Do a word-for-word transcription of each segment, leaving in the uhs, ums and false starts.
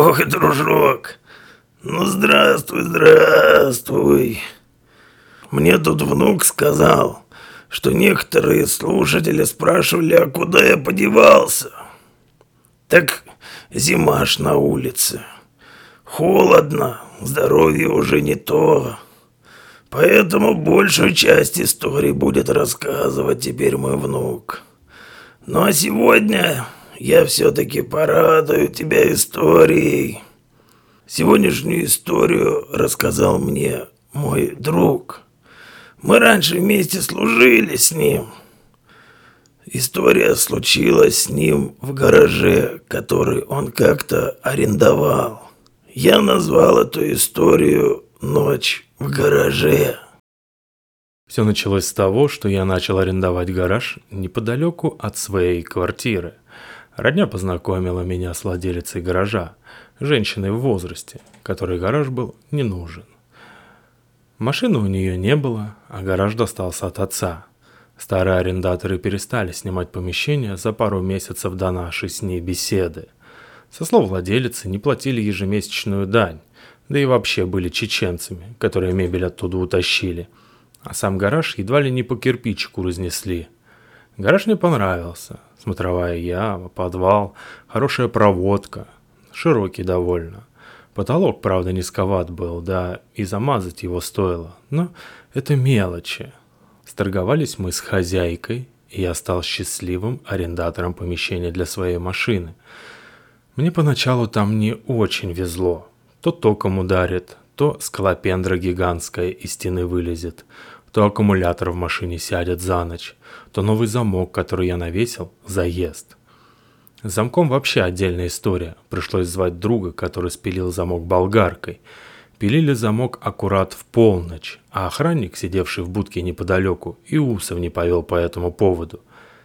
Ох, дружок, ну здравствуй, здравствуй. Мне тут внук сказал, что некоторые слушатели спрашивали, а куда я подевался. Так зима ж на улице. Холодно, здоровье уже не то. Поэтому большую часть истории будет рассказывать теперь мой внук. Ну а сегодня я все-таки порадую тебя историей. Сегодняшнюю историю рассказал мне мой друг. Мы раньше вместе служили с ним. История случилась с ним в гараже, который он как-то арендовал. Я назвал эту историю «Ночь в гараже». Все началось с того, что я начал арендовать гараж неподалеку от своей квартиры. Родня познакомила меня с владелицей гаража, женщиной в возрасте, которой гараж был не нужен. Машины у нее не было, а гараж достался от отца. Старые арендаторы перестали снимать помещения за пару месяцев до нашей с ней беседы. Со слов владелицы, не платили ежемесячную дань, да и вообще были чеченцами, которые мебель оттуда утащили. А сам гараж едва ли не по кирпичику разнесли. Гараж мне понравился. Смотровая яма, подвал, хорошая проводка, широкий довольно. Потолок, правда, низковат был, да и замазать его стоило, но это мелочи. Сторговались мы с хозяйкой, и я стал счастливым арендатором помещения для своей машины. Мне поначалу там не очень везло. То током ударит, то скалопендра гигантская из стены вылезет, то аккумулятор в машине сядет за ночь, то новый замок, который я навесил, заест. С замком вообще отдельная история. Пришлось звать друга, который спилил замок болгаркой. Пилили замок аккурат в полночь, а охранник, сидевший в будке неподалеку, и усов не повел по этому поводу.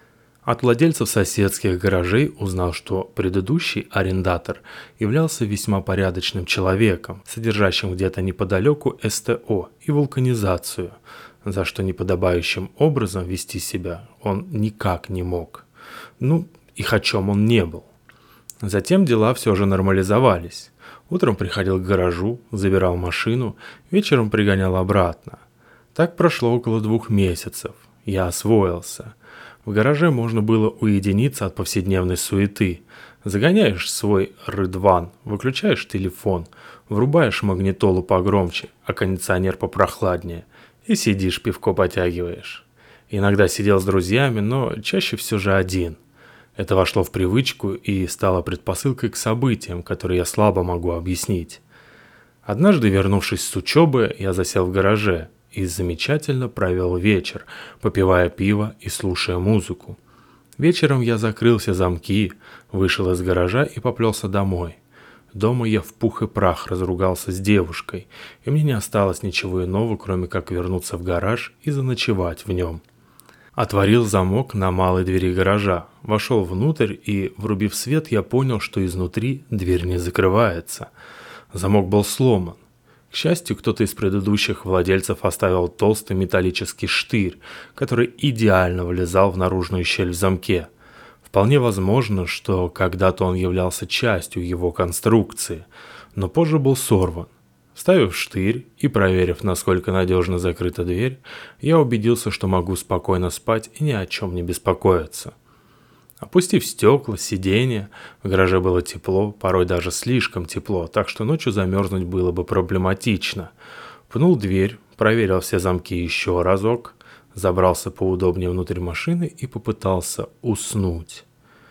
От владельцев соседских гаражей узнал, что предыдущий арендатор являлся весьма порядочным человеком, содержащим где-то неподалеку эс тэ о и вулканизацию, за что неподобающим образом вести себя он никак не мог. Ну, и хачом он не был. Затем дела все же нормализовались. Утром приходил к гаражу, забирал машину, вечером пригонял обратно. Так прошло около двух месяцев. Я освоился. В гараже можно было уединиться от повседневной суеты. Загоняешь свой рыдван, выключаешь телефон, врубаешь магнитолу погромче, а кондиционер попрохладнее, и сидишь, пивко потягиваешь. Иногда сидел с друзьями, но чаще все же один. Это вошло в привычку и стало предпосылкой к событиям, которые я слабо могу объяснить. Однажды, вернувшись с учебы, я засел в гараже и замечательно провел вечер, попивая пиво и слушая музыку. Вечером я закрыл все замки, вышел из гаража и поплелся домой. Дома я в пух и прах разругался с девушкой, и мне не осталось ничего иного, кроме как вернуться в гараж и заночевать в нем. Отворил замок на малой двери гаража, вошел внутрь и, врубив свет, я понял, что изнутри дверь не закрывается. Замок был сломан. К счастью, кто-то из предыдущих владельцев оставил толстый металлический штырь, который идеально влезал в наружную щель в замке. Вполне возможно, что когда-то он являлся частью его конструкции, но позже был сорван. Вставив штырь и проверив, насколько надежно закрыта дверь, я убедился, что могу спокойно спать и ни о чем не беспокоиться. Опустив стекла, сиденья, в гараже было тепло, порой даже слишком тепло, так что ночью замерзнуть было бы проблематично. Пнул дверь, проверил все замки еще разок, забрался поудобнее внутрь машины и попытался уснуть.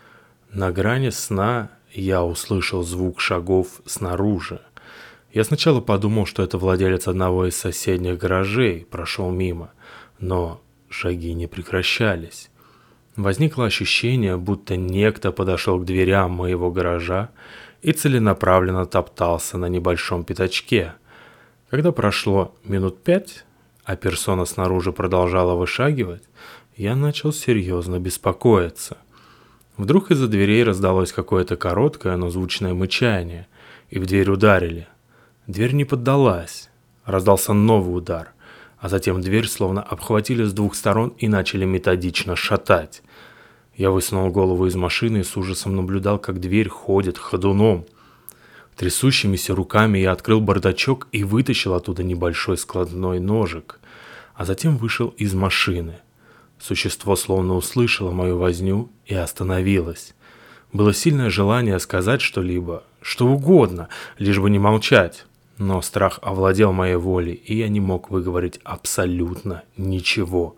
На грани сна я услышал звук шагов снаружи. Я сначала подумал, что это владелец одного из соседних гаражей прошел мимо, но шаги не прекращались. Возникло ощущение, будто некто подошел к дверям моего гаража и целенаправленно топтался на небольшом пятачке. Когда прошло минут пять, а персона снаружи продолжала вышагивать, я начал серьезно беспокоиться. Вдруг из-за дверей раздалось какое-то короткое, но звучное мычание, и в дверь ударили. Дверь не поддалась. Раздался новый удар, а затем дверь словно обхватили с двух сторон и начали методично шатать. Я высунул голову из машины и с ужасом наблюдал, как дверь ходит ходуном. Трясущимися руками я открыл бардачок и вытащил оттуда небольшой складной ножик, а затем вышел из машины. Существо словно услышало мою возню и остановилось. Было сильное желание сказать что-либо, что угодно, лишь бы не молчать. Но страх овладел моей волей, и я не мог выговорить абсолютно ничего.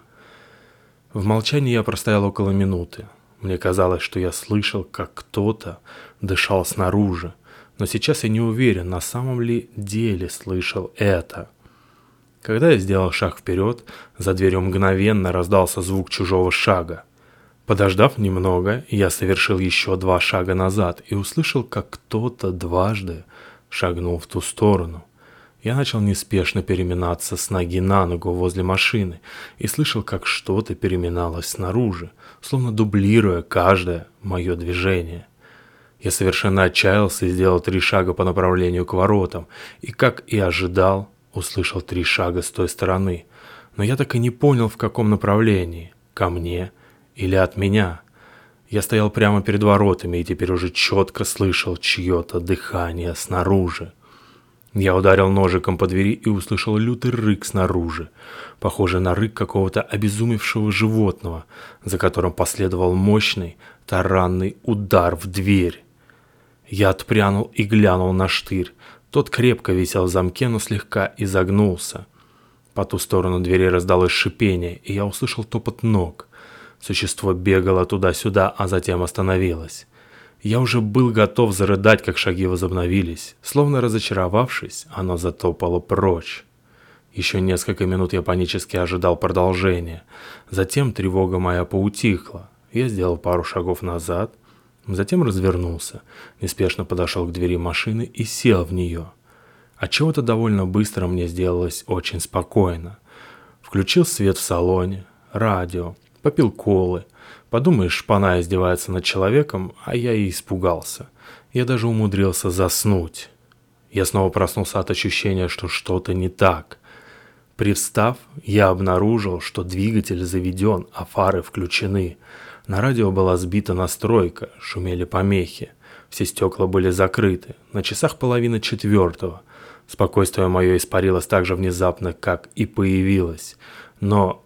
В молчании я простоял около минуты. Мне казалось, что я слышал, как кто-то дышал снаружи, но сейчас я не уверен, на самом ли деле слышал это. Когда я сделал шаг вперед, за дверью мгновенно раздался звук чужого шага. Подождав немного, я совершил еще два шага назад и услышал, как кто-то дважды шагнул в ту сторону. Я начал неспешно переминаться с ноги на ногу возле машины и слышал, как что-то переминалось снаружи, словно дублируя каждое мое движение. Я совершенно отчаялся и сделал три шага по направлению к воротам, и, как и ожидал, услышал три шага с той стороны. Но я так и не понял, в каком направлении – ко мне или от меня. Я стоял прямо перед воротами и теперь уже четко слышал чье-то дыхание снаружи. Я ударил ножиком по двери и услышал лютый рык снаружи, похожий на рык какого-то обезумевшего животного, за которым последовал мощный таранный удар в дверь. Я отпрянул и глянул на штырь. Тот крепко висел в замке, но слегка изогнулся. По ту сторону двери раздалось шипение, и я услышал топот ног. Существо бегало туда-сюда, а затем остановилось. Я уже был готов зарыдать, как шаги возобновились. Словно разочаровавшись, оно затопало прочь. Еще несколько минут я панически ожидал продолжения. Затем тревога моя поутихла. Я сделал пару шагов назад, затем развернулся, неспешно подошел к двери машины и сел в нее. Отчего-то довольно быстро мне сделалось очень спокойно. Включил свет в салоне, радио, попил колы. Подумаешь, шпана издевается над человеком, а я и испугался. Я даже умудрился заснуть. Я снова проснулся от ощущения, что что-то не так. Привстав, я обнаружил, что двигатель заведен, а фары включены. На радио была сбита настройка, шумели помехи. Все стекла были закрыты. На часах половина четвертого. Спокойствие мое испарилось так же внезапно, как и появилось. Но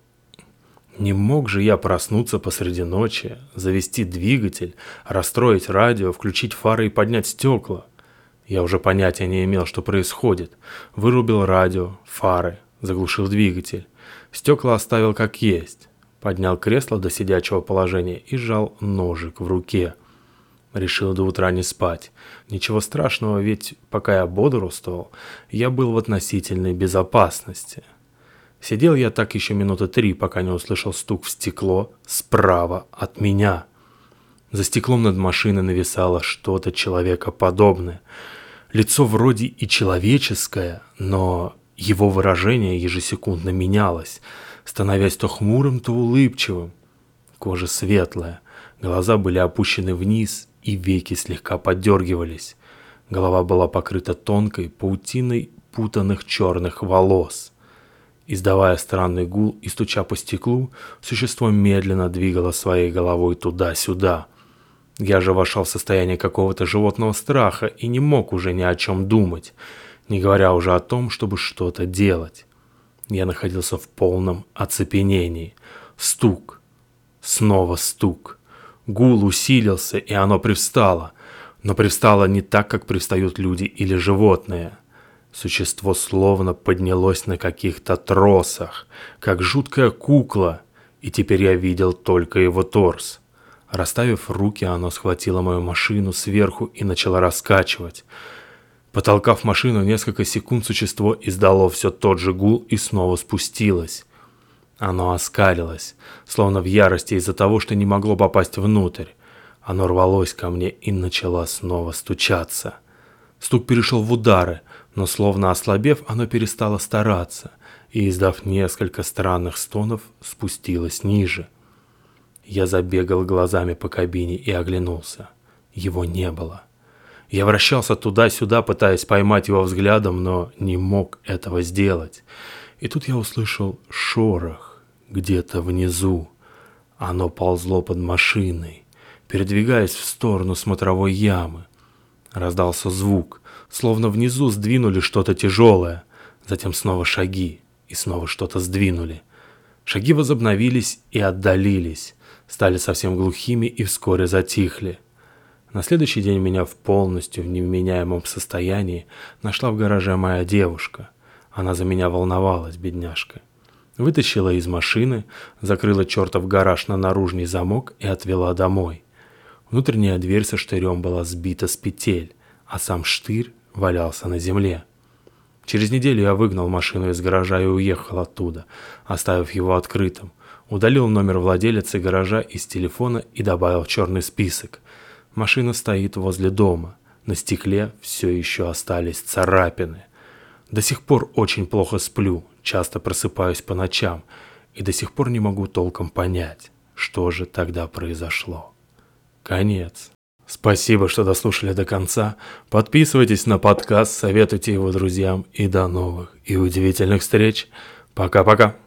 не мог же я проснуться посреди ночи, завести двигатель, расстроить радио, включить фары и поднять стекла. Я уже понятия не имел, что происходит. Вырубил радио, фары, заглушил двигатель. Стекла оставил как есть. Поднял кресло до сидячего положения и сжал ножик в руке. Решил до утра не спать. Ничего страшного, ведь пока я бодрствовал, я был в относительной безопасности. Сидел я так еще минуты три, пока не услышал стук в стекло справа от меня. За стеклом над машиной нависало что-то человекоподобное. Лицо вроде и человеческое, но его выражение ежесекундно менялось, становясь то хмурым, то улыбчивым. Кожа светлая, глаза были опущены вниз, и веки слегка подергивались. Голова была покрыта тонкой паутиной путанных черных волос. Издавая странный гул и стуча по стеклу, существо медленно двигало своей головой туда-сюда. Я же вошел в состояние какого-то животного страха и не мог уже ни о чем думать, не говоря уже о том, чтобы что-то делать. Я находился в полном оцепенении. Стук. Снова стук. Гул усилился, и оно привстало. Но привстало не так, как привстают люди или животные. Существо словно поднялось на каких-то тросах, как жуткая кукла, и теперь я видел только его торс. Расставив руки, оно схватило мою машину сверху и начало раскачивать. Потолкав машину несколько секунд, существо издало все тот же гул и снова спустилось. Оно оскалилось, словно в ярости из-за того, что не могло попасть внутрь. Оно рвалось ко мне и начало снова стучаться. Стук перешел в удары, но словно ослабев, оно перестало стараться и, издав несколько странных стонов, спустилось ниже. Я забегал глазами по кабине и оглянулся. Его не было. Я вращался туда-сюда, пытаясь поймать его взглядом, но не мог этого сделать. И тут я услышал шорох где-то внизу. Оно ползло под машиной, передвигаясь в сторону смотровой ямы. Раздался звук, словно внизу сдвинули что-то тяжелое. Затем снова шаги, и снова что-то сдвинули. Шаги возобновились и отдалились, стали совсем глухими и вскоре затихли. На следующий день меня в полностью в невменяемом состоянии нашла в гараже моя девушка. Она за меня волновалась, бедняжка. Вытащила из машины, закрыла чертов гараж на наружный замок и отвела домой. Внутренняя дверь со штырем была сбита с петель, а сам штырь валялся на земле. Через неделю я выгнал машину из гаража и уехал оттуда, оставив его открытым. Удалил номер владелицы гаража из телефона и добавил в черный список. Машина стоит возле дома. На стекле все еще остались царапины. До сих пор очень плохо сплю, часто просыпаюсь по ночам и до сих пор не могу толком понять, что же тогда произошло. Конец. Спасибо, что дослушали до конца. Подписывайтесь на подкаст, советуйте его друзьям и до новых и удивительных встреч. Пока-пока.